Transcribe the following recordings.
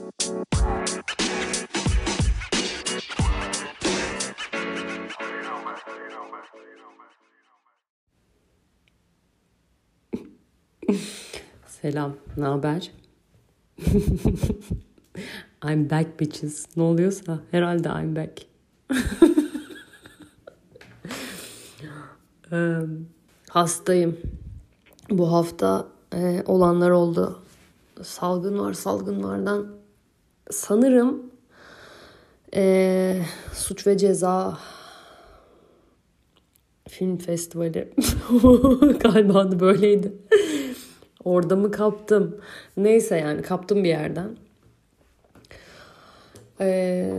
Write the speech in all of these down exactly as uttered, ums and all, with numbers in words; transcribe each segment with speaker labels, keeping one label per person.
Speaker 1: Selam, ne haber? I'm back bitches. Ne oluyorsa herhalde I'm back. Ee, hastayım. Bu hafta e, olanlar oldu. Salgın var, salgınlardan sanırım e, Suç ve Ceza Film Festivali galiba adı böyleydi. Orada mı kaptım? Neyse yani kaptım bir yerden. Ee,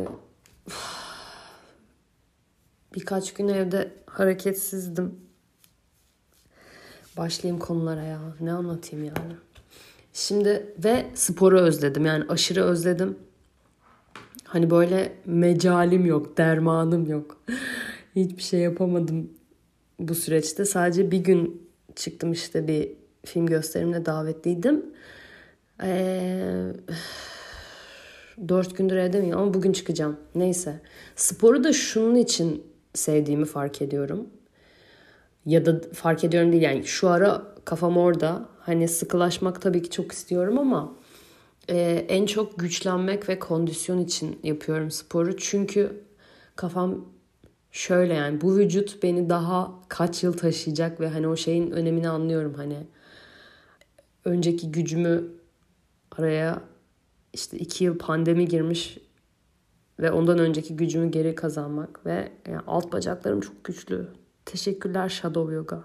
Speaker 1: birkaç gün evde hareketsizdim. Başlayayım konulara ya. Ne anlatayım yani. Şimdi ve sporu özledim. Yani aşırı özledim. Hani böyle mecalim yok, dermanım yok. Hiçbir şey yapamadım bu süreçte. Sadece bir gün çıktım işte bir film gösterimine davetliydim. Ee, dört gündür evde miyim ama bugün çıkacağım. Neyse. Sporu da şunun için sevdiğimi fark ediyorum. Ya da fark ediyorum değil yani şu ara kafam orada. Hani sıkılaşmak tabii ki çok istiyorum ama e, en çok güçlenmek ve kondisyon için yapıyorum sporu. Çünkü kafam şöyle yani bu vücut beni daha kaç yıl taşıyacak ve hani o şeyin önemini anlıyorum. Hani önceki gücümü araya işte iki yıl pandemi girmiş ve ondan önceki gücümü geri kazanmak ve yani alt bacaklarım çok güçlü. Teşekkürler Shadow Yoga.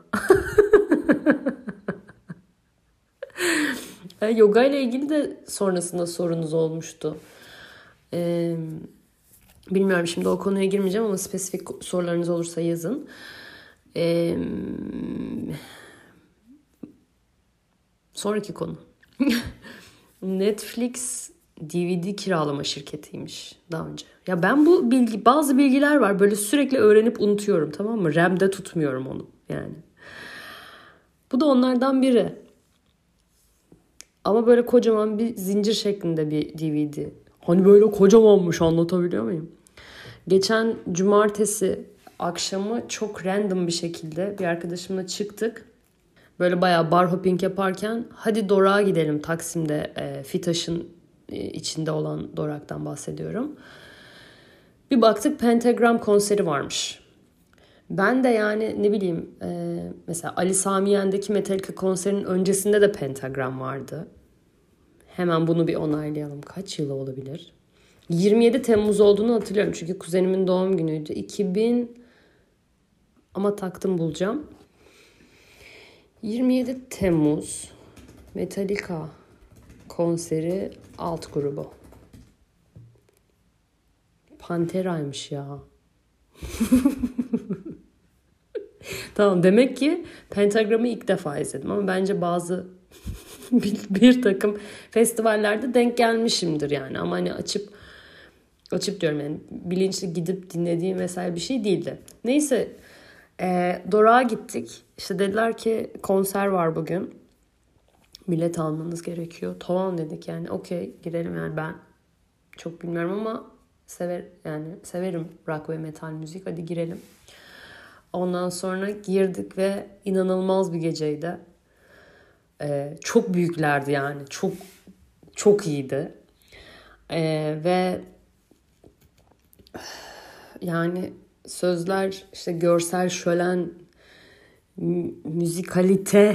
Speaker 1: Yani yoga ile ilgili de sonrasında sorunuz olmuştu. Ee, bilmiyorum şimdi o konuya girmeyeceğim ama spesifik sorularınız olursa yazın. Ee, sonraki konu. Netflix D V D kiralama şirketiymiş daha önce. Ya ben bu bilgi bazı bilgiler var böyle sürekli öğrenip unutuyorum, tamam mı? R A M'de tutmuyorum onu yani. Bu da onlardan biri. Ama böyle kocaman bir zincir şeklinde bir D V D. Hani böyle kocamanmış, anlatabiliyor muyum? Geçen cumartesi akşamı çok random bir şekilde bir arkadaşımla çıktık. Böyle bayağı bar hopping yaparken hadi Dorak'a gidelim, Taksim'de e, Fitaş'ın e, içinde olan Dorak'tan bahsediyorum. Bir baktık Pentagram konseri varmış. Ben de yani ne bileyim e, mesela Ali Sami Yen'deki Metallica konserinin öncesinde de Pentagram vardı. Hemen bunu bir onaylayalım. Kaç yılı olabilir? yirmi yedi Temmuz olduğunu hatırlıyorum. Çünkü kuzenimin doğum günüydü. iki bin ama taktım bulacağım. yirmi yedi Temmuz Metallica konseri alt grubu. Pantera'ymış ya. Tamam, demek ki Pentagram'ı ilk defa izledim ama bence bazı bir, bir takım festivallerde denk gelmişimdir yani. Ama hani açıp açıp diyorum yani bilinçli gidip dinlediğim vesaire bir şey değildi. Neyse e, Dorak'a gittik. İşte dediler ki konser var bugün. Bilet almanız gerekiyor. Tamam dedik yani okey girelim yani ben çok bilmiyorum ama sever yani severim rock ve metal müzik. Hadi girelim. Ondan sonra girdik ve inanılmaz bir geceydi. Ee, çok büyüklerdi yani. Çok çok iyiydi. Ee, ve yani sözler işte görsel şölen, m- müzikalite.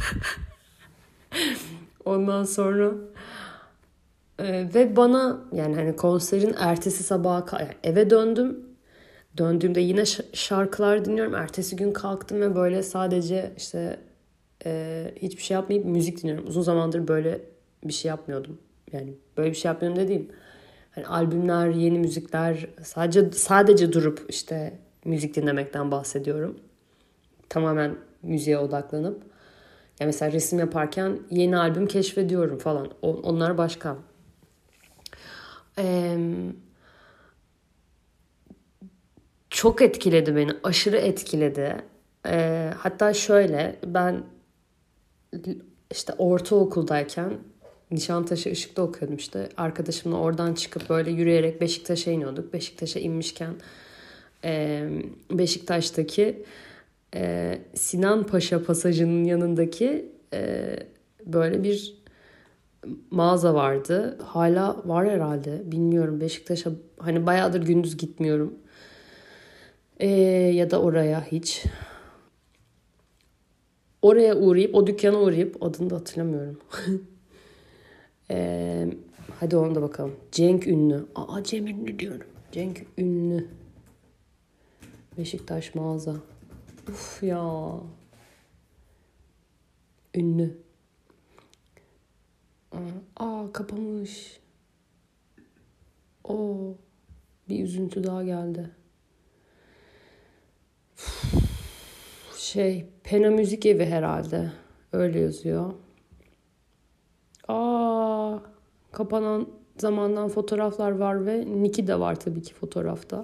Speaker 1: Ondan sonra e, ve bana yani hani konserin ertesi sabaha yani eve döndüm. Döndüğümde yine şarkılar dinliyorum. Ertesi gün kalktım ve böyle sadece işte e, hiçbir şey yapmayıp müzik dinliyorum. Uzun zamandır böyle bir şey yapmıyordum. Yani böyle bir şey yapmıyorum dediğim. Hani albümler, yeni müzikler, sadece sadece durup işte müzik dinlemekten bahsediyorum. Tamamen müziğe odaklanıp. Ya mesela resim yaparken yeni albüm keşfediyorum falan. Onlar başka. Eee Çok etkiledi beni. Aşırı etkiledi. Ee, hatta şöyle ben işte ortaokuldayken Nişantaşı Işık'ta okuyordum işte. Arkadaşımla oradan çıkıp böyle yürüyerek Beşiktaş'a iniyorduk. Beşiktaş'a inmişken e, Beşiktaş'taki e, Sinan Paşa pasajının yanındaki e, böyle bir mağaza vardı. Hala var herhalde. Bilmiyorum, Beşiktaş'a hani bayağıdır gündüz gitmiyorum. E, ya da oraya hiç. Oraya uğrayıp, o dükkana uğrayıp, adını da hatırlamıyorum. Ee, hadi ona da bakalım. Cenk Ünlü. Aa, Cem Ünlü diyorum. Cenk Ünlü. Beşiktaş mağaza. Uf ya. Ünlü. Aa, kapamış. Oo. Bir üzüntü daha geldi. Şey, Pena Müzik Evi herhalde. Öyle yazıyor. Aa, kapanan zamandan fotoğraflar var ve Niki de var tabii ki fotoğrafta.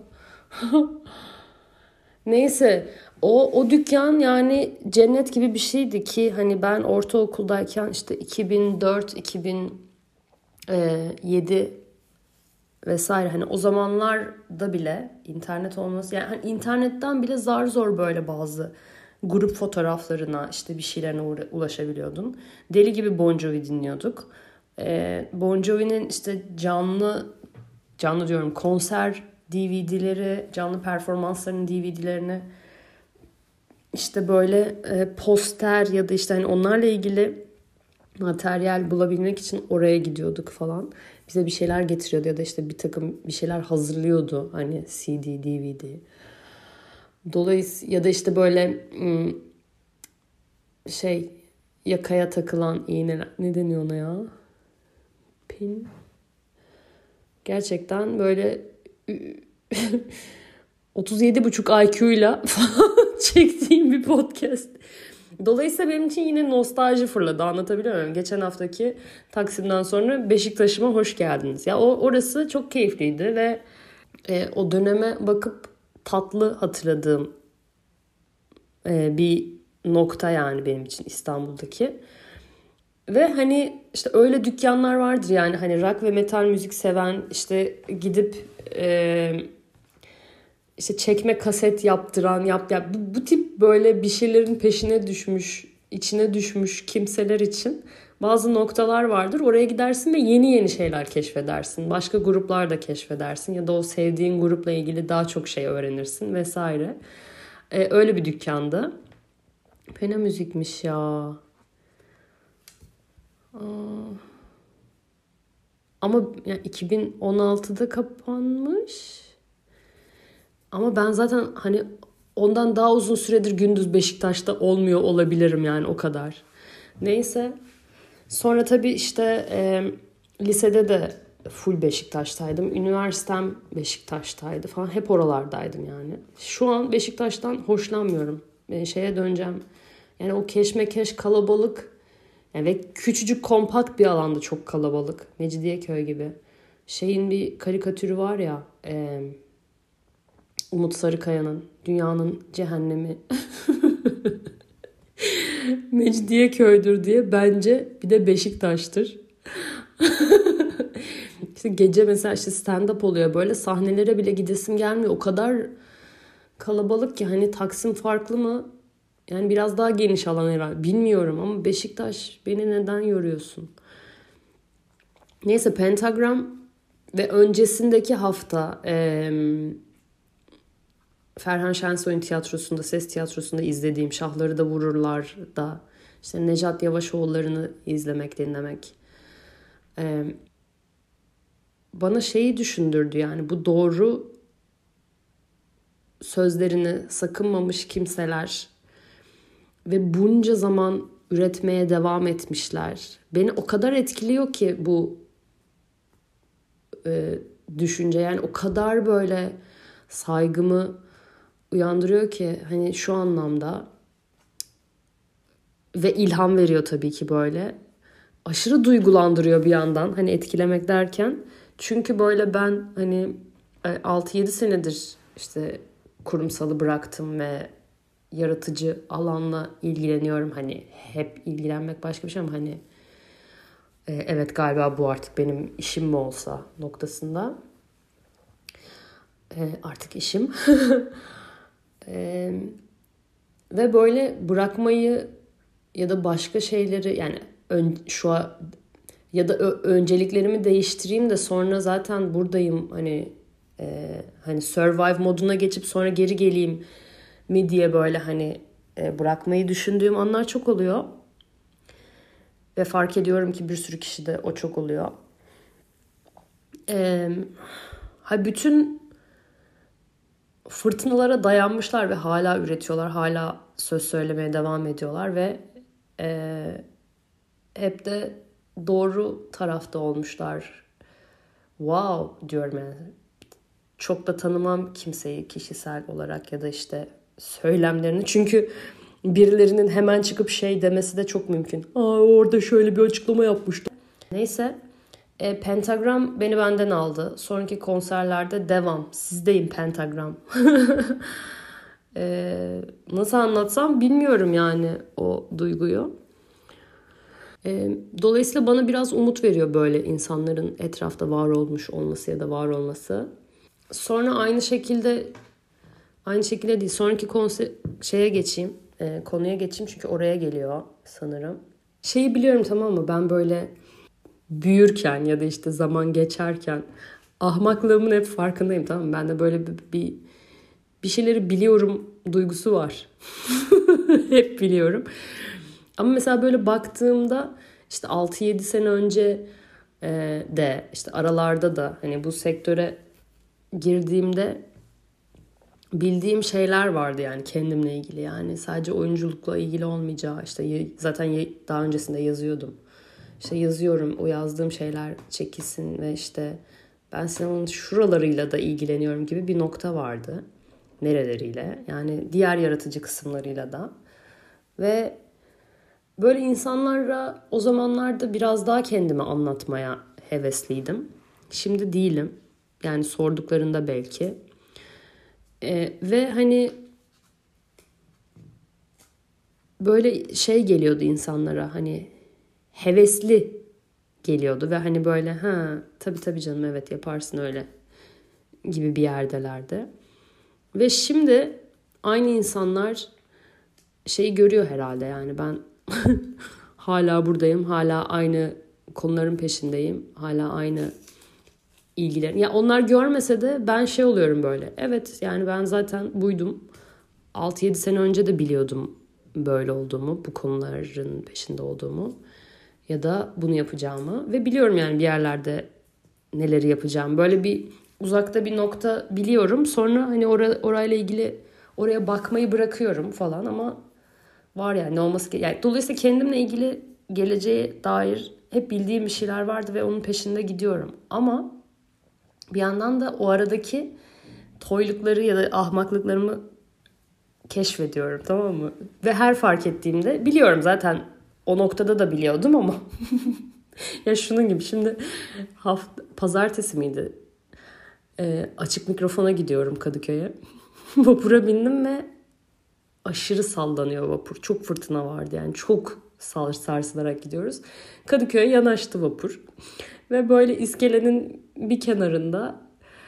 Speaker 1: Neyse, o o dükkan yani cennet gibi bir şeydi ki hani ben ortaokuldayken işte iki bin dört iki bin yedi vesaire, hani o zamanlarda bile internet olması, yani hani internetten bile zar zor böyle bazı grup fotoğraflarına, işte bir şeylerine ulaşabiliyordun. Deli gibi Bon Jovi dinliyorduk. Ee, Bon Jovi'nin işte canlı canlı diyorum konser D V D'leri, canlı performanslarının D V D'lerini, işte böyle e, poster ya da işte hani onlarla ilgili materyal bulabilmek için oraya gidiyorduk falan. Bize bir şeyler getiriyordu ya da işte bir takım bir şeyler hazırlıyordu, hani C D, D V D. Dolayısıyla ya da işte böyle şey, yakaya takılan iğneler, ne deniyor ona ya? Pin. Gerçekten böyle otuz yedi buçuk I Q'yla çektiğim bir podcast. Dolayısıyla benim için yine nostalji fırladı, anlatabiliyor muyum? Geçen haftaki Taksim'den sonra Beşiktaş'ıma hoş geldiniz. Ya o orası çok keyifliydi ve e, o döneme bakıp tatlı hatırladığım e, bir nokta yani benim için İstanbul'daki. Ve hani işte öyle dükkanlar vardır yani, hani rock ve metal müzik seven, işte gidip e, işte çekme kaset yaptıran, yap yap bu, bu tip böyle bir şeylerin peşine düşmüş, içine düşmüş kimseler için bazı noktalar vardır. Oraya gidersin ve yeni yeni şeyler keşfedersin. Başka gruplar da keşfedersin ya da o sevdiğin grupla ilgili daha çok şey öğrenirsin vesaire. Ee, öyle bir dükkandı. Pena müzikmiş ya. Aa. Ama yani iki bin on altıda kapanmış. Ama ben zaten hani ondan daha uzun süredir gündüz Beşiktaş'ta olmuyor olabilirim yani, o kadar. Neyse. Sonra tabii işte e, lisede de full Beşiktaş'taydım. Üniversitem Beşiktaş'taydı falan. Hep oralardaydım yani. Şu an Beşiktaş'tan hoşlanmıyorum. E, şeye döneceğim. Yani o keşmekeş kalabalık. Yani ve küçücük kompakt bir alanda çok kalabalık. Mecidiyeköy gibi. Şeyin bir karikatürü var ya. E, Umut Sarıkaya'nın Dünyanın Cehennemi Mecidiyeköy'dür diye, bence bir de Beşiktaş'tır. İşte gece mesela işte stand-up oluyor, böyle sahnelere bile gidesim gelmiyor. O kadar kalabalık ki, hani Taksim farklı mı? Yani biraz daha geniş alan herhalde. Bilmiyorum ama Beşiktaş, beni neden yoruyorsun? Neyse, Pentagram ve öncesindeki hafta Ee, Ferhan Şensoy'un tiyatrosunda, ses tiyatrosunda izlediğim Şahları da Vururlar da işte Nejat Yavaşoğulları'nı izlemek, dinlemek ee, bana şeyi düşündürdü, yani bu doğru sözlerini sakınmamış kimseler ve bunca zaman üretmeye devam etmişler. Beni o kadar etkiliyor ki bu e, düşünce, yani o kadar böyle saygımı uyandırıyor ki hani şu anlamda, ve ilham veriyor tabii ki böyle. Aşırı duygulandırıyor bir yandan, hani etkilemek derken. Çünkü böyle ben hani altı yedi senedir işte kurumsalı bıraktım ve yaratıcı alanla ilgileniyorum. Hani hep ilgilenmek başka bir şey ama hani e, evet galiba bu artık benim işim mi olsa noktasında. E, artık işim. e, ve böyle bırakmayı ya da başka şeyleri yani ön, şu an ya da ö, önceliklerimi değiştireyim de sonra zaten buradayım hani e, hani survive moduna geçip sonra geri geleyim mi diye böyle hani e, bırakmayı düşündüğüm anlar çok oluyor. Ve fark ediyorum ki bir sürü kişide o çok oluyor. E, ha bütün fırtınalara dayanmışlar ve hala üretiyorlar, hala söz söylemeye devam ediyorlar ve e, hep de doğru tarafta olmuşlar. Wow diyorum yani. Çok da tanımam kimseyi kişisel olarak ya da işte söylemlerini. Çünkü birilerinin hemen çıkıp şey demesi de çok mümkün. Aa orada şöyle bir açıklama yapmıştı. Neyse. E, Pentagram beni benden aldı. Sonraki konserlerde devam. Sizdeyim Pentagram. e, nasıl anlatsam bilmiyorum yani o duyguyu. E, dolayısıyla bana biraz umut veriyor böyle insanların etrafta var olmuş olması ya da var olması. Sonra aynı şekilde aynı şekilde değil. Sonraki konser şeye geçeyim. E, konuya geçeyim çünkü oraya geliyor sanırım. Şeyi biliyorum tamam mı? Ben böyle büyürken ya da işte zaman geçerken ahmaklığımın hep farkındayım tamam mı? Ben de böyle bir, bir, bir şeyleri biliyorum duygusu var. Hep biliyorum. Ama mesela böyle baktığımda işte altı yedi sene önce e, de işte aralarda da hani bu sektöre girdiğimde bildiğim şeyler vardı yani kendimle ilgili. Yani sadece oyunculukla ilgili olmayacağı işte zaten daha öncesinde yazıyordum. İşte yazıyorum, o yazdığım şeyler çekilsin ve işte ben sinemanın şuralarıyla da ilgileniyorum gibi bir nokta vardı. Nereleriyle yani diğer yaratıcı kısımlarıyla da. Ve böyle insanlara o zamanlarda biraz daha kendimi anlatmaya hevesliydim. Şimdi değilim. Yani sorduklarında belki. Ee, ve hani böyle şey geliyordu insanlara hani hevesli geliyordu ve hani böyle ha tabii tabii canım evet yaparsın öyle gibi bir yerdelerdi. Ve şimdi aynı insanlar şeyi görüyor herhalde yani ben hala buradayım, hala aynı konuların peşindeyim, hala aynı ilgiler. Ya onlar görmese de ben şey oluyorum böyle. Evet yani ben zaten buydum. altı yedi sene önce de biliyordum böyle olduğumu, bu konuların peşinde olduğumu ya da bunu yapacağımı ve biliyorum yani bir yerlerde neleri yapacağım. Böyle bir uzakta bir nokta biliyorum. Sonra hani or- orayla ilgili oraya bakmayı bırakıyorum falan ama var yani ne olması ki. Yani dolayısıyla kendimle ilgili geleceğe dair hep bildiğim bir şeyler vardı ve onun peşinde gidiyorum. Ama bir yandan da o aradaki toylukları ya da ahmaklıklarımı keşfediyorum tamam mı? Ve her fark ettiğimde biliyorum zaten o noktada da biliyordum ama ya şunun gibi şimdi hafta, pazartesi miydi? Ee, açık mikrofona gidiyorum Kadıköy'e. Vapura bindim ve aşırı sallanıyor vapur. Çok fırtına vardı yani çok sarsılarak gidiyoruz. Kadıköy'e yanaştı vapur. Ve böyle iskelenin bir kenarında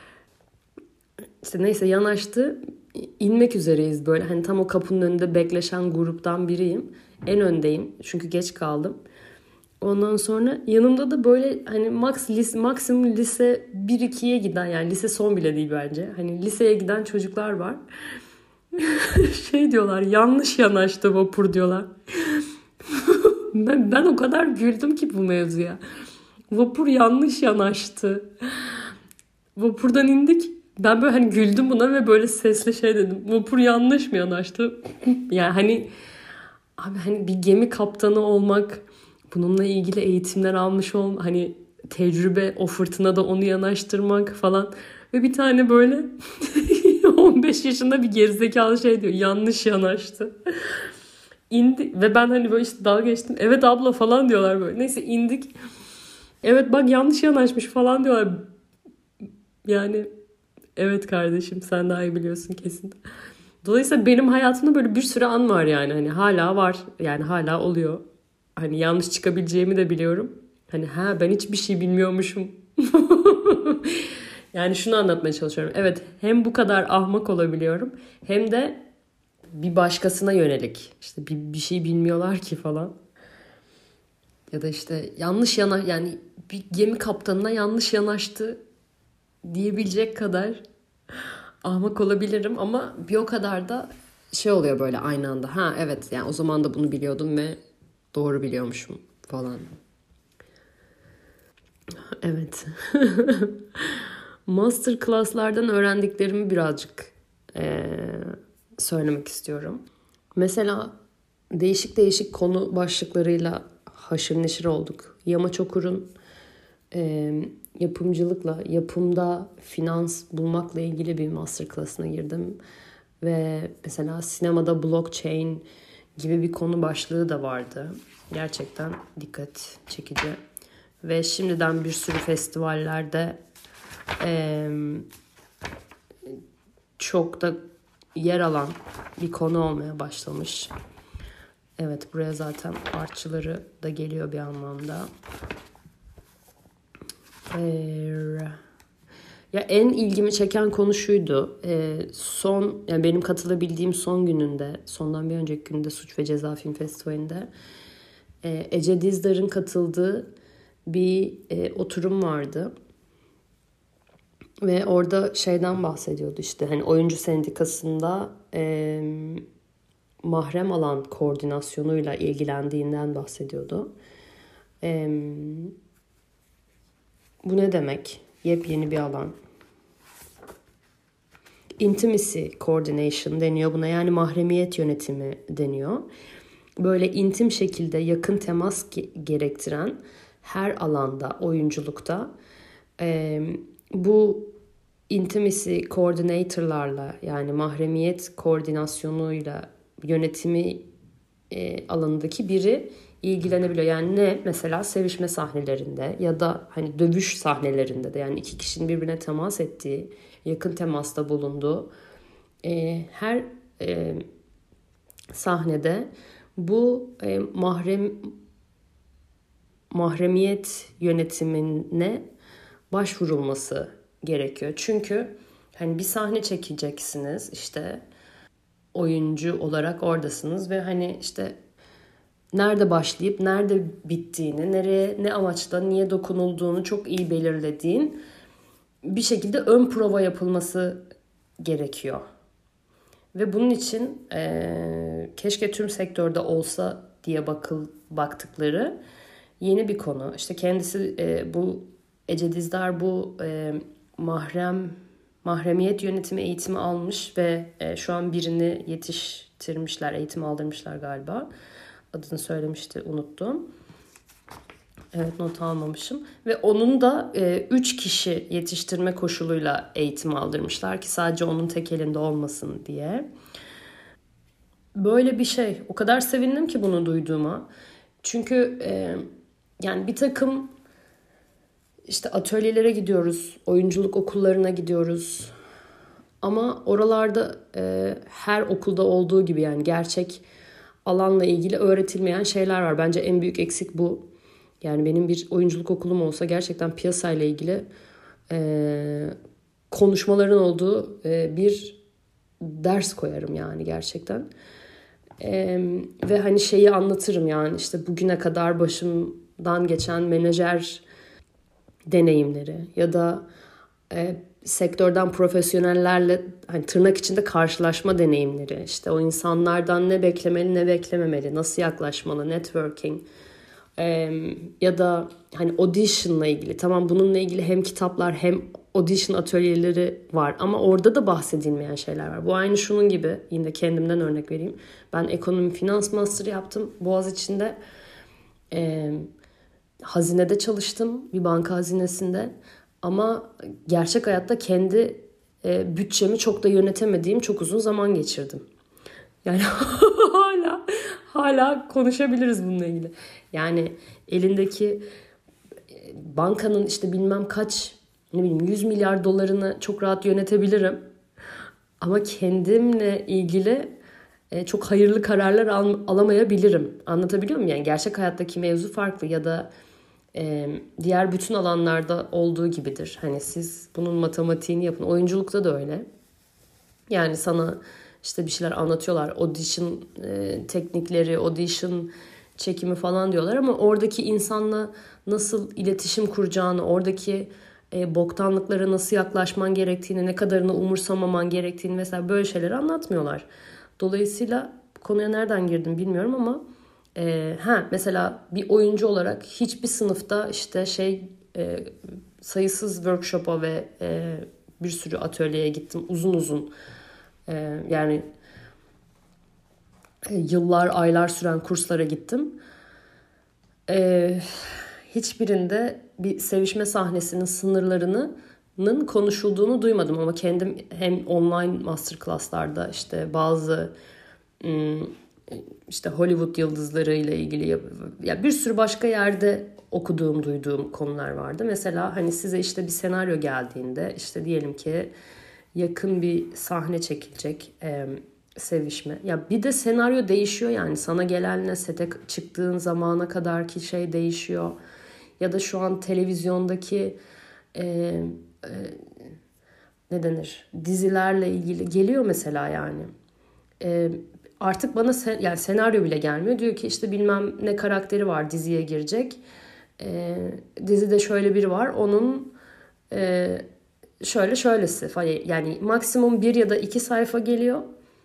Speaker 1: işte neyse yanaştı. İnmek üzereyiz böyle. Hani tam o kapının önünde bekleşen gruptan biriyim. En öndeyim. Çünkü geç kaldım. Ondan sonra yanımda da böyle hani max lise, maksimum lise bir ikiye giden yani lise son bile değil bence. Hani liseye giden çocuklar var. Şey diyorlar yanlış yanaştı vapur diyorlar. ben, ben o kadar güldüm ki bu mevzuya. Vapur yanlış yanaştı. Vapurdan indik. Ben böyle hani güldüm buna ve böyle sesli şey dedim. Vapur yanlış mı yanaştı? Yani hani abi hani bir gemi kaptanı olmak, bununla ilgili eğitimler almış ol, hani tecrübe o fırtınada onu yanaştırmak falan ve bir tane böyle on beş yaşında bir gerizekalı şey diyor. Yanlış yanaştı. İndi ve ben hani böyle işte dalga geçtim. Evet abla falan diyorlar böyle. Neyse indik. Evet bak yanlış yanaşmış falan diyorlar. Yani evet kardeşim sen daha iyi biliyorsun kesin. Dolayısıyla benim hayatımda böyle bir sürü an var yani. Hani hala var. Yani hala oluyor. Hani yanlış çıkabileceğimi de biliyorum. Hani ha ben hiçbir şey bilmiyormuşum. Yani şunu anlatmaya çalışıyorum. Evet, hem bu kadar ahmak olabiliyorum hem de bir başkasına yönelik. İşte bir, bir şey bilmiyorlar ki falan. Ya da işte yanlış yana yani bir gemi kaptanına yanlış yanaştı diyebilecek kadar ahmak olabilirim ama bir o kadar da şey oluyor böyle aynı anda. Ha evet, yani o zaman da bunu biliyordum ve doğru biliyormuşum falan. Evet. Master class'lardan öğrendiklerimi birazcık eee, söylemek istiyorum. Mesela değişik değişik konu başlıklarıyla haşır neşir olduk. Yamaç Okur'un eee, yapımcılıkla, yapımda finans bulmakla ilgili bir master class'ına girdim. Ve mesela sinemada blockchain gibi bir konu başlığı da vardı. Gerçekten dikkat çekici. Ve şimdiden bir sürü festivallerde eee, çok da yer alan bir konu olmaya başlamış. Evet, buraya zaten artçıları da geliyor bir anlamda. Ee, ya en ilgimi çeken konu şuydu. Ee, son, yani benim katılabildiğim son gününde, sondan bir önceki günde Suç ve Ceza Film Festivali'nde e, Ece Dizdar'ın katıldığı bir e, oturum vardı. Ve orada şeyden bahsediyordu, işte hani oyuncu sendikasında e, mahrem alan koordinasyonuyla ilgilendiğinden bahsediyordu. E, bu ne demek? Yepyeni bir alan. Intimacy coordination deniyor buna, yani mahremiyet yönetimi deniyor. Böyle intim şekilde yakın temas gerektiren her alanda, oyunculukta e, bu intimacy coordinator'larla, yani mahremiyet koordinasyonuyla yönetimi e, alanındaki biri ilgilenebiliyor. Yani ne? Mesela sevişme sahnelerinde ya da hani dövüş sahnelerinde de, yani iki kişinin birbirine temas ettiği, yakın temasta bulunduğu e, her e, sahnede bu e, mahrem mahremiyet yönetimine başvurulması gerekiyor. Çünkü hani bir sahne çekeceksiniz, işte oyuncu olarak oradasınız ve hani işte nerede başlayıp nerede bittiğini, nereye, ne amaçla, niye dokunulduğunu çok iyi belirlediğin bir şekilde ön prova yapılması gerekiyor. Ve bunun için e, keşke tüm sektörde olsa diye bakıl, baktıkları yeni bir konu. İşte kendisi e, bu Ece Dizdar bu e, mahrem mahremiyet yönetimi eğitimi almış ve e, şu an birini yetiştirmişler, eğitim aldırmışlar galiba. Adını söylemişti, unuttum. Evet, not almamışım. Ve onun da e, üç kişi yetiştirme koşuluyla eğitim aldırmışlar ki sadece onun tek elinde olmasın diye. Böyle bir şey. O kadar sevindim ki bunu duyduğuma. Çünkü e, yani bir takım işte atölyelere gidiyoruz, oyunculuk okullarına gidiyoruz. Ama oralarda e, her okulda olduğu gibi, yani gerçek alanla ilgili öğretilmeyen şeyler var. Bence en büyük eksik bu. Yani benim bir oyunculuk okulum olsa gerçekten piyasayla ilgili e, konuşmaların olduğu e, bir ders koyarım yani gerçekten. E, ve hani şeyi anlatırım, yani işte bugüne kadar başımdan geçen menajer deneyimleri ya da e, sektörden profesyonellerle hani tırnak içinde karşılaşma deneyimleri. İşte o insanlardan ne beklemeli ne beklememeli, nasıl yaklaşmalı, networking e, ya da hani audition'la ilgili. Tamam, bununla ilgili hem kitaplar hem audition atölyeleri var ama orada da bahsedilmeyen şeyler var. Bu aynı şunun gibi, yine kendimden örnek vereyim. Ben ekonomi finans master yaptım Boğaziçi'nde. E, hazinede çalıştım, bir banka hazinesinde. Ama gerçek hayatta kendi e, bütçemi çok da yönetemediğim çok uzun zaman geçirdim. Yani hala hala konuşabiliriz bununla ilgili. Yani elindeki bankanın işte bilmem kaç, ne bileyim yüz milyar dolarını çok rahat yönetebilirim. Ama kendimle ilgili e, çok hayırlı kararlar al- alamayabilirim. Anlatabiliyor muyum? Yani gerçek hayattaki mevzu farklı ya da e, diğer bütün alanlarda olduğu gibidir. Hani siz bunun matematiğini yapın. Oyunculukta da öyle. Yani sana işte bir şeyler anlatıyorlar. Audition e, teknikleri, audition çekimi falan diyorlar ama oradaki insanla nasıl iletişim kuracağını, oradaki e, boktanlıklara nasıl yaklaşman gerektiğini, ne kadarını umursamaman gerektiğini vesaire böyle şeyleri anlatmıyorlar. Dolayısıyla konuya nereden girdim bilmiyorum ama e, ha mesela bir oyuncu olarak hiçbir sınıfta işte şey e, sayısız workshop'a ve e, bir sürü atölyeye gittim uzun uzun. E, yani e, yıllar, aylar süren kurslara gittim. E, hiçbirinde bir sevişme sahnesinin sınırlarının konuşulduğunu duymadım ama kendim hem online masterclasslarda işte bazı işte Hollywood yıldızlarıyla ilgili ya bir sürü başka yerde okuduğum, duyduğum konular vardı. Mesela hani size işte bir senaryo geldiğinde işte diyelim ki yakın bir sahne çekilecek e, sevişme. Ya bir de senaryo değişiyor yani sana gelenle sete çıktığın zamana kadar ki şey değişiyor. Ya da şu an televizyondaki e, e, ne denir dizilerle ilgili geliyor mesela yani. E, artık bana sen, yani senaryo bile gelmiyor. Diyor ki işte bilmem ne karakteri var diziye girecek. E, dizide şöyle biri var. Onun e, şöyle şöylesi falan. Yani maksimum bir ya da iki sayfa geliyor.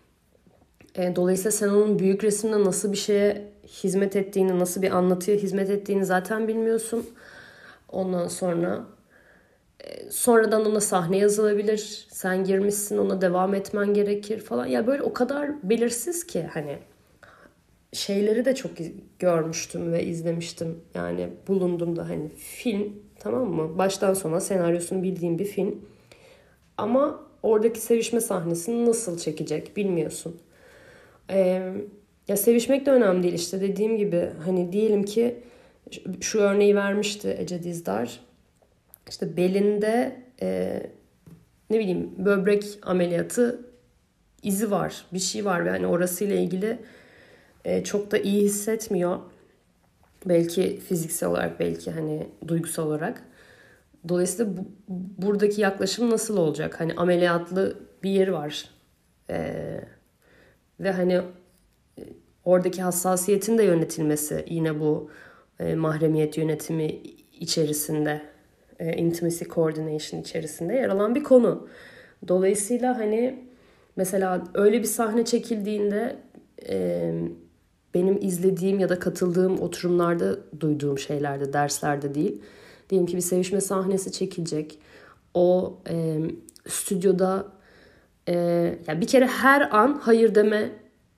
Speaker 1: E, dolayısıyla sen onun büyük resimde nasıl bir şeye hizmet ettiğini, nasıl bir anlatıya hizmet ettiğini zaten bilmiyorsun. Ondan sonra e, sonradan ona sahne yazılabilir. Sen girmişsin, ona devam etmen gerekir falan. Ya böyle o kadar belirsiz ki hani şeyleri de çok görmüştüm ve izlemiştim. Yani bulundum da hani film, tamam mı? Baştan sona senaryosunu bildiğim bir film. Ama oradaki sevişme sahnesini nasıl çekecek bilmiyorsun. Ee, ya sevişmek de önemli değil işte dediğim gibi hani diyelim ki şu örneği vermişti Ece Dizdar. İşte belinde e, ne bileyim böbrek ameliyatı izi var, bir şey var ve hani orasıyla ilgili e, çok da iyi hissetmiyor. Belki fiziksel olarak, belki hani duygusal olarak. Dolayısıyla bu, buradaki yaklaşım nasıl olacak? Hani ameliyatlı bir yer var. Ee, ve hani oradaki hassasiyetin de yönetilmesi yine bu e, mahremiyet yönetimi içerisinde, e, intimacy coordination içerisinde yer alan bir konu. Dolayısıyla hani mesela öyle bir sahne çekildiğinde e, benim izlediğim ya da katıldığım oturumlarda duyduğum şeylerde, derslerde değil. Diyelim ki bir sevişme sahnesi çekilecek. O e, stüdyoda e, ya bir kere her an hayır deme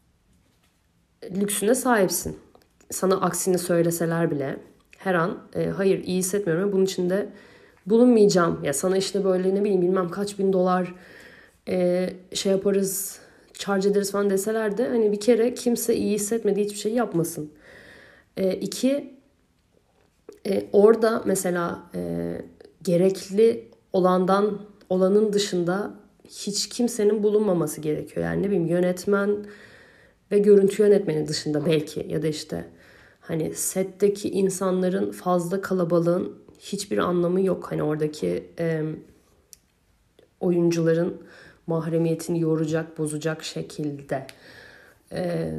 Speaker 1: lüksüne sahipsin. Sana aksini söyleseler bile her an e, hayır iyi hissetmiyorum ve bunun içinde bulunmayacağım. Ya sana işte böyle ne bileyim bilmem kaç bin dolar e, şey yaparız, charge ederiz falan deseler de hani bir kere kimse iyi hissetmediği hiçbir şey yapmasın. E, iki e, orada mesela e, gerekli olandan olanın dışında hiç kimsenin bulunmaması gerekiyor. Yani ne bileyim yönetmen ve görüntü yönetmeni dışında belki ya da işte hani setteki insanların fazla kalabalığın hiçbir anlamı yok. Hani oradaki e, oyuncuların mahremiyetini yoracak, bozacak şekilde. E,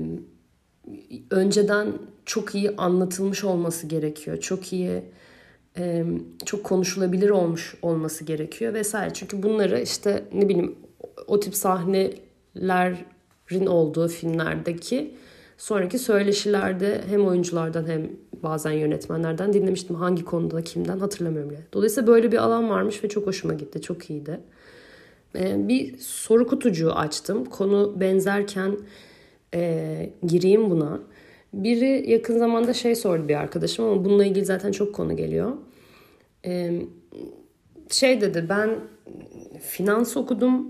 Speaker 1: önceden çok iyi anlatılmış olması gerekiyor. Çok iyi, e, çok konuşulabilir olmuş olması gerekiyor vesaire. Çünkü bunları işte ne bileyim o tip sahnelerin olduğu filmlerdeki sonraki söyleşilerde hem oyunculardan hem bazen yönetmenlerden dinlemiştim. Hangi konuda kimden hatırlamıyorum bile. Dolayısıyla böyle bir alan varmış ve çok hoşuma gitti. Çok iyiydi. Bir soru kutucuğu açtım. Konu benzerken e, gireyim buna. Biri yakın zamanda şey sordu bir arkadaşım ama bununla ilgili zaten çok konu geliyor. E, şey dedi, ben finans okudum.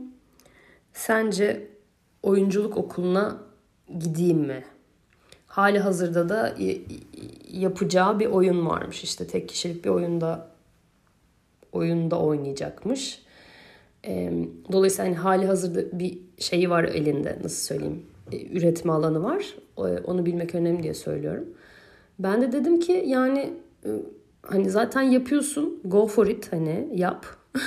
Speaker 1: Sence oyunculuk okuluna gideyim mi? Hali hazırda da yapacağı bir oyun varmış. İşte tek kişilik bir oyunda oyunda oynayacakmış. Dolayısıyla hani hali hazırda bir şeyi var elinde, nasıl söyleyeyim, üretme alanı var. Onu bilmek önemli diye söylüyorum. Ben de dedim ki yani hani zaten yapıyorsun, go for it, hani yap.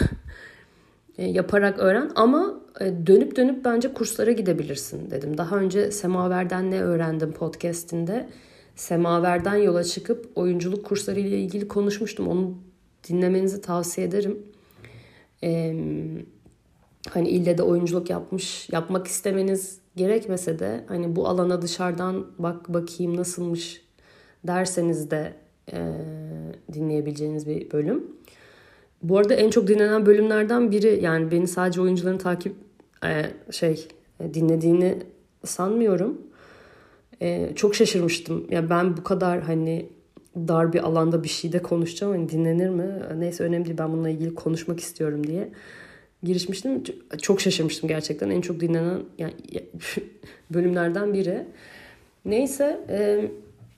Speaker 1: E, yaparak öğren ama e, dönüp dönüp bence kurslara gidebilirsin dedim. Daha önce Semaver'den ne öğrendim podcast'inde. Semaver'den yola çıkıp oyunculuk kursları ile ilgili konuşmuştum. Onu dinlemenizi tavsiye ederim. E, hani ille de oyunculuk yapmış, yapmak istemeniz gerekmese de hani bu alana dışarıdan bak bakayım nasılmış derseniz de e, dinleyebileceğiniz bir bölüm. Bu arada en çok dinlenen bölümlerden biri, yani beni sadece oyuncuların takip e, şey e, dinlediğini sanmıyorum. E, çok şaşırmıştım. Ya ben bu kadar hani dar bir alanda bir şeyde konuşacağım, hani dinlenir mi? Neyse önemli değil, ben bununla ilgili konuşmak istiyorum diye girişmiştim. Çok şaşırmıştım gerçekten. En çok dinlenen yani bölümlerden biri. Neyse e,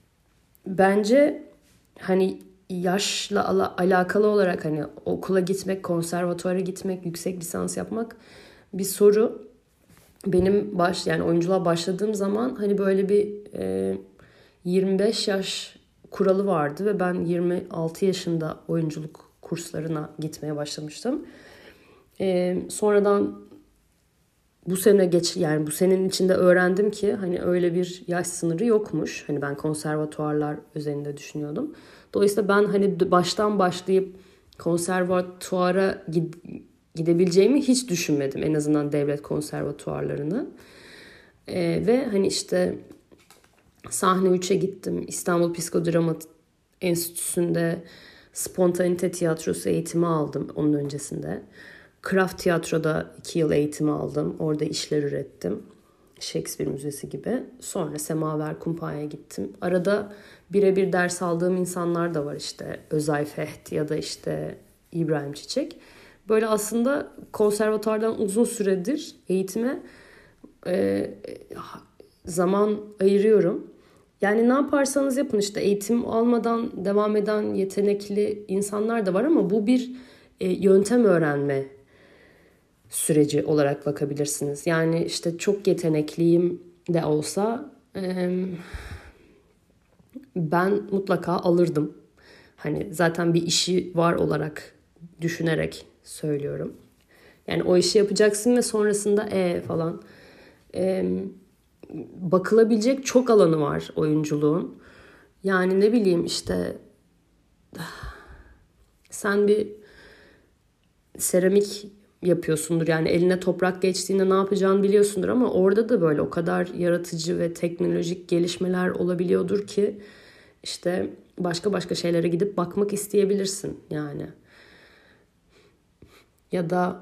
Speaker 1: bence hani yaşla ala, alakalı olarak hani okula gitmek, konservatuvara gitmek, yüksek lisans yapmak bir soru. Benim baş yani oyunculuğa başladığım zaman hani böyle bir e, yirmi beş yaş kuralı vardı ve ben yirmi altı yaşında oyunculuk kurslarına gitmeye başlamıştım. E, sonradan bu sene geç yani bu senenin içinde öğrendim ki hani öyle bir yaş sınırı yokmuş. Hani ben konservatuvarlar üzerinde düşünüyordum. Dolayısıyla ben hani baştan başlayıp konservatuvara gidebileceğimi hiç düşünmedim. En azından devlet konservatuvarlarını. Ee, ve hani işte sahne üçe gittim. İstanbul Psikodrama Enstitüsü'nde spontanite tiyatrosu eğitimi aldım onun öncesinde. Kraft Tiyatro'da iki yıl eğitimi aldım. Orada işler ürettim. Shakespeare Müzesi gibi. Sonra Semaver Kumpanya'ya gittim. Arada birebir ders aldığım insanlar da var, işte Özay Feht ya da işte İbrahim Çiçek. Böyle aslında konservatuardan uzun süredir eğitime e, zaman ayırıyorum. Yani ne yaparsanız yapın, işte eğitim almadan devam eden yetenekli insanlar da var ama bu bir e, yöntem öğrenme süreci olarak bakabilirsiniz. Yani işte çok yetenekliyim de olsa e, ben mutlaka alırdım. Hani zaten bir işi var olarak düşünerek söylüyorum. Yani o işi yapacaksın ve sonrasında e falan e, bakılabilecek çok alanı var oyunculuğun. Yani ne bileyim işte sen bir seramik yapıyorsundur. Yani eline toprak geçtiğinde ne yapacağını biliyorsundur ama orada da böyle o kadar yaratıcı ve teknolojik gelişmeler olabiliyordur ki işte başka başka şeylere gidip bakmak isteyebilirsin yani. Ya da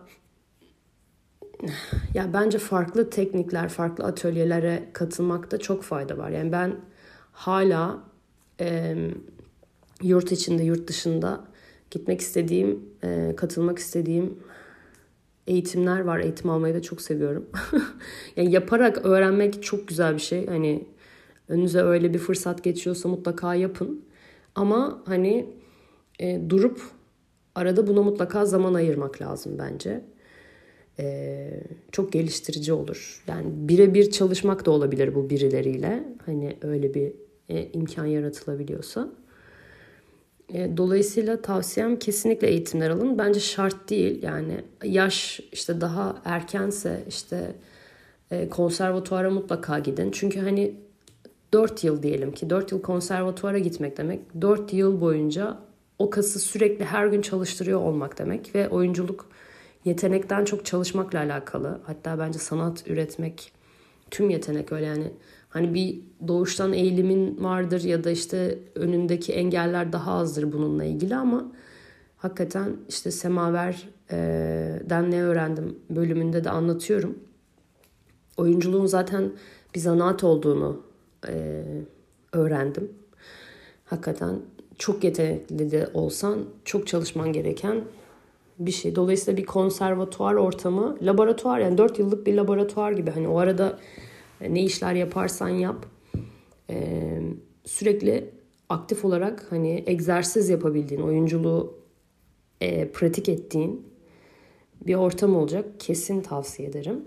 Speaker 1: ya bence farklı teknikler, farklı atölyelere katılmakta çok fayda var. Yani ben hala e, yurt içinde, yurt dışında gitmek istediğim, e, katılmak istediğim eğitimler var. Eğitim almayı da çok seviyorum. Yani yaparak öğrenmek çok güzel bir şey. Hani önünüze öyle bir fırsat geçiyorsa mutlaka yapın. Ama hani e, durup arada buna mutlaka zaman ayırmak lazım bence. E, çok geliştirici olur. Yani birebir çalışmak da olabilir bu birileriyle. Hani öyle bir e, imkan yaratılabiliyorsa. E, dolayısıyla tavsiyem kesinlikle eğitimler alın. Bence şart değil. Yani yaş işte daha erkense işte e, konservatuvara mutlaka gidin. Çünkü hani dört yıl diyelim ki dört yıl konservatuvara gitmek demek dört yıl boyunca o kası sürekli her gün çalıştırıyor olmak demek ve oyunculuk yetenekten çok çalışmakla alakalı. Hatta bence sanat üretmek tüm yetenek öyle, yani hani bir doğuştan eğilimin vardır ya da işte önündeki engeller daha azdır bununla ilgili ama hakikaten işte Semaver'den ne öğrendim bölümünde de anlatıyorum. Oyunculuğun zaten bir zanaat olduğunu e, öğrendim. Hakikaten çok yetenekli de olsan çok çalışman gereken bir şey. Dolayısıyla bir konservatuvar ortamı, laboratuvar, yani dört yıllık bir laboratuvar gibi. Hani o arada ne işler yaparsan yap. Ee, sürekli aktif olarak hani egzersiz yapabildiğin, oyunculuğu e, pratik ettiğin bir ortam olacak. Kesin tavsiye ederim.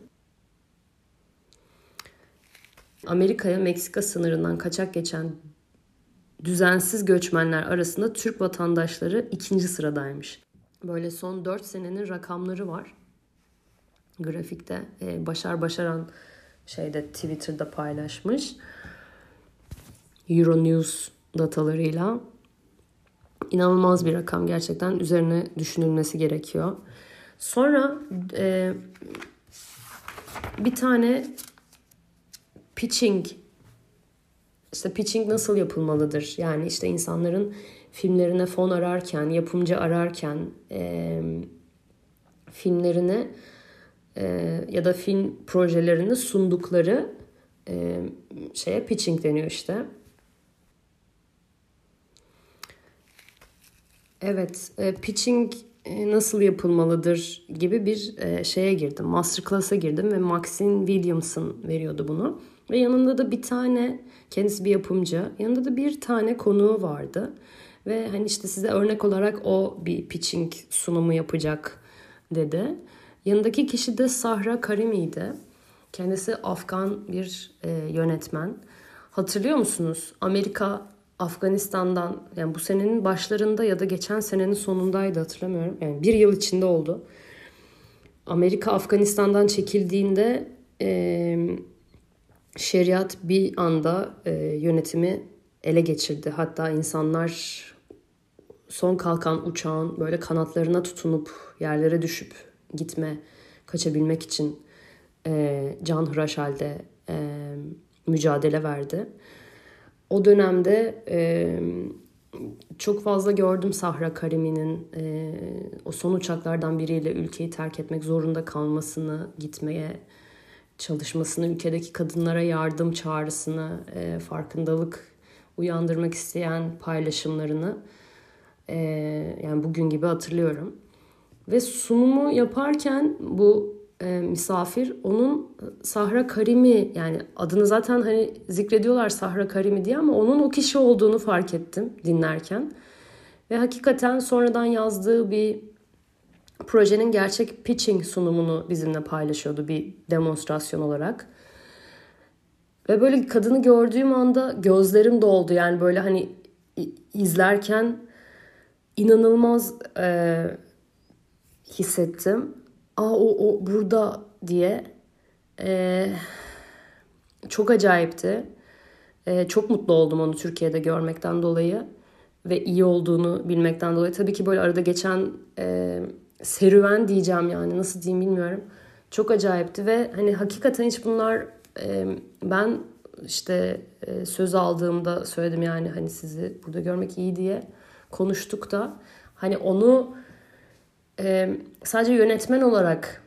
Speaker 1: Amerika'ya Meksika sınırından kaçak geçen düzensiz göçmenler arasında Türk vatandaşları ikinci sıradaymış. Böyle son dört senenin rakamları var. Grafikte e, Başar Başaran şeyde Twitter'da paylaşmış. Euronews datalarıyla. İnanılmaz bir rakam, gerçekten üzerine düşünülmesi gerekiyor. Sonra e, bir tane pitching, işte pitching nasıl yapılmalıdır? Yani işte insanların filmlerine fon ararken, yapımcı ararken e, filmlerine e, ya da film projelerini sundukları e, şeye pitching deniyor işte. Evet, e, pitching e, nasıl yapılmalıdır gibi bir e, şeye girdim. Masterclass'a girdim ve Maxine Williamson veriyordu bunu. Ve yanında da bir tane, kendisi bir yapımcı, yanında da bir tane konuğu vardı. Ve hani işte size örnek olarak o bir pitching sunumu yapacak dedi. Yanındaki kişi de Sahra Karimi'ydi. Kendisi Afgan bir e, yönetmen. Hatırlıyor musunuz? Amerika Afganistan'dan, yani bu senenin başlarında ya da geçen senenin sonundaydı, hatırlamıyorum. Yani bir yıl içinde oldu. Amerika Afganistan'dan çekildiğinde e, şeriat bir anda e, yönetimi ele geçirdi. Hatta insanlar son kalkan uçağın böyle kanatlarına tutunup yerlere düşüp gitme, kaçabilmek için e, canhıraş halde e, mücadele verdi. O dönemde e, çok fazla gördüm Sahra Karimi'nin e, o son uçaklardan biriyle ülkeyi terk etmek zorunda kalmasını, gitmeye çalışmasını, ülkedeki kadınlara yardım çağrısını, e, farkındalık uyandırmak isteyen paylaşımlarını e, yani bugün gibi hatırlıyorum. Ve sunumu yaparken bu e, misafir onun Sahra Karimi, yani adını zaten hani zikrediyorlar Sahra Karimi diye, ama onun o kişi olduğunu fark ettim dinlerken. Ve hakikaten sonradan yazdığı bir projenin gerçek pitching sunumunu bizimle paylaşıyordu bir demonstrasyon olarak. Ve böyle kadını gördüğüm anda gözlerim doldu. Yani böyle hani izlerken inanılmaz e, hissettim. Aa o, o burada diye. E, çok acayipti. E, çok mutlu oldum onu Türkiye'de görmekten dolayı. Ve iyi olduğunu bilmekten dolayı. Tabii ki böyle arada geçen e, serüven diyeceğim, yani nasıl diyeyim bilmiyorum. Çok acayipti ve hani hakikaten hiç bunlar e, ben işte e, söz aldığımda söyledim, yani hani sizi burada görmek iyi diye konuştuk da hani onu e, sadece yönetmen olarak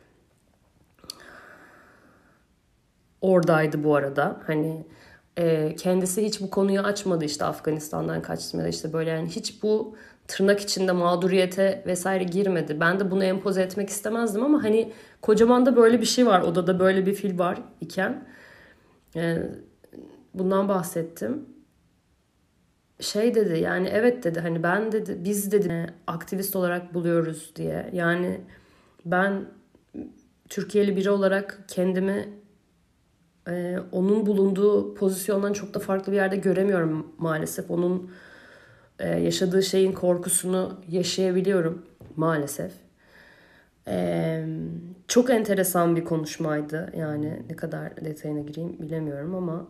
Speaker 1: oradaydı bu arada. Hani e, kendisi hiç bu konuyu açmadı, işte Afganistan'dan kaçtım ya da işte böyle, yani hiç bu tırnak içinde mağduriyete vesaire girmedi. Ben de bunu empoze etmek istemezdim ama hani kocaman da böyle bir şey var. Odada böyle bir fil var iken e, bundan bahsettim. Şey dedi, yani evet dedi, hani ben dedi, biz dedi aktivist olarak buluyoruz diye. Yani ben Türkiye'li biri olarak kendimi Ee, onun bulunduğu pozisyondan çok da farklı bir yerde göremiyorum maalesef. Onun e, yaşadığı şeyin korkusunu yaşayabiliyorum maalesef. Ee, çok enteresan bir konuşmaydı. Yani ne kadar detayına gireyim bilemiyorum ama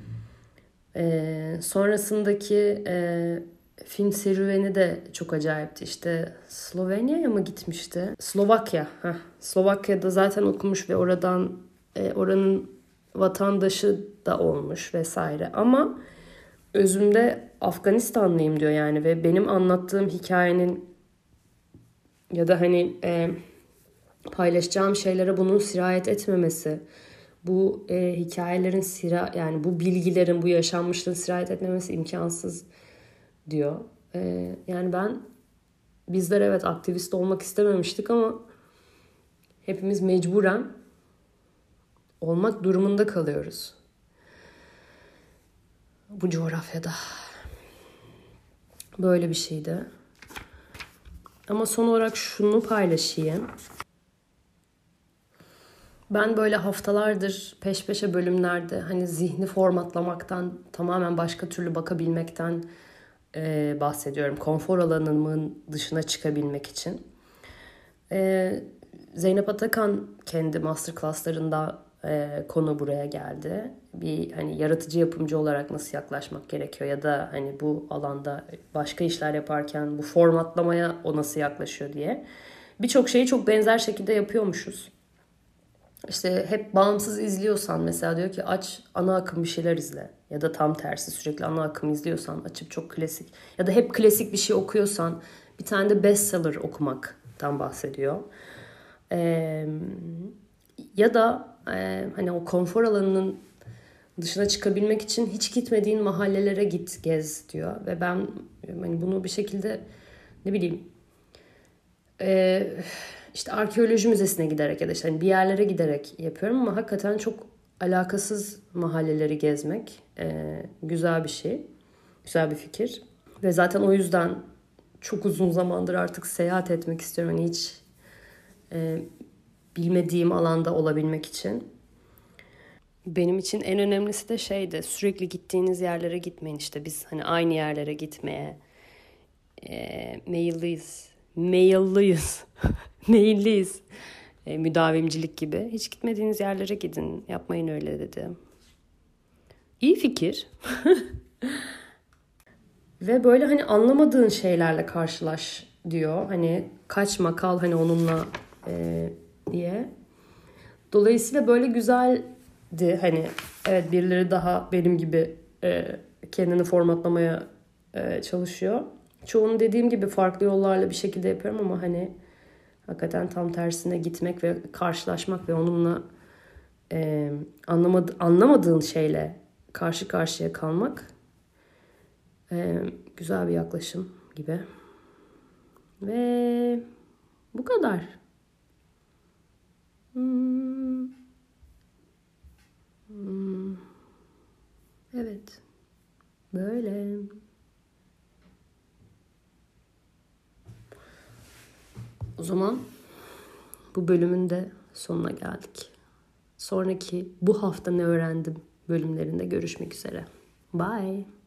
Speaker 1: e, sonrasındaki e, film serüveni de çok acayipti. İşte Slovenya'ya mı gitmişti? Slovakya. Heh. Slovakya'da zaten okumuş ve oradan e, oranın vatandaşı da olmuş vesaire, ama özümde Afganistanlıyım diyor yani. Ve benim anlattığım hikayenin ya da hani e, paylaşacağım şeylere bunun sirayet etmemesi, bu e, hikayelerin sira yani bu bilgilerin, bu yaşanmışlığın sirayet etmemesi imkansız diyor. E, yani ben bizler evet aktivist olmak istememiştik ama hepimiz mecburen olmak durumunda kalıyoruz bu coğrafyada. Böyle bir şeydi. Ama son olarak şunu paylaşayım. Ben böyle haftalardır peş peşe bölümlerde hani zihni formatlamaktan, tamamen başka türlü bakabilmekten e, bahsediyorum. Konfor alanımın dışına çıkabilmek için. E, Zeynep Atakan kendi masterclasslarında e, konu buraya geldi. Bir hani yaratıcı yapımcı olarak nasıl yaklaşmak gerekiyor ya da hani bu alanda başka işler yaparken bu formatlamaya o nasıl yaklaşıyor diye. Birçok şeyi çok benzer şekilde yapıyormuşuz. İşte hep bağımsız izliyorsan mesela diyor ki aç ana akım bir şeyler izle. Ya da tam tersi sürekli ana akım izliyorsan açıp çok klasik. Ya da hep klasik bir şey okuyorsan bir tane de bestseller okumaktan bahsediyor. Ee, Ya da e, hani o konfor alanının dışına çıkabilmek için hiç gitmediğin mahallelere git, gez diyor. Ve ben hani bunu bir şekilde ne bileyim e, işte arkeoloji müzesine giderek ya da işte hani bir yerlere giderek yapıyorum ama hakikaten çok alakasız mahalleleri gezmek e, güzel bir şey. Güzel bir fikir. Ve zaten o yüzden çok uzun zamandır artık seyahat etmek istiyorum. Hani hiç e, bilmediğim alanda olabilmek için. Benim için en önemlisi de şeydi, sürekli gittiğiniz yerlere gitmeyin işte. Biz hani aynı yerlere gitmeye e, meyilliyiz. Meyilliyiz. Meyilliyiz. E, müdavimcilik gibi. Hiç gitmediğiniz yerlere gidin. Yapmayın öyle dedi. İyi fikir. Ve böyle hani anlamadığın şeylerle karşılaş diyor. Hani kaçma kal hani onunla e, diye. Dolayısıyla böyle güzeldi. Hani evet birileri daha benim gibi e, kendini formatlamaya e, çalışıyor. Çoğunu dediğim gibi farklı yollarla bir şekilde yapıyorum ama hani hakikaten tam tersine gitmek ve karşılaşmak ve onunla e, anlamadı, anlamadığın şeyle karşı karşıya kalmak e, güzel bir yaklaşım gibi. Ve bu kadar. Hmm. Hmm. Evet. Böyle. O zaman bu bölümün de sonuna geldik. Sonraki bu hafta ne öğrendim bölümlerinde görüşmek üzere. Bye.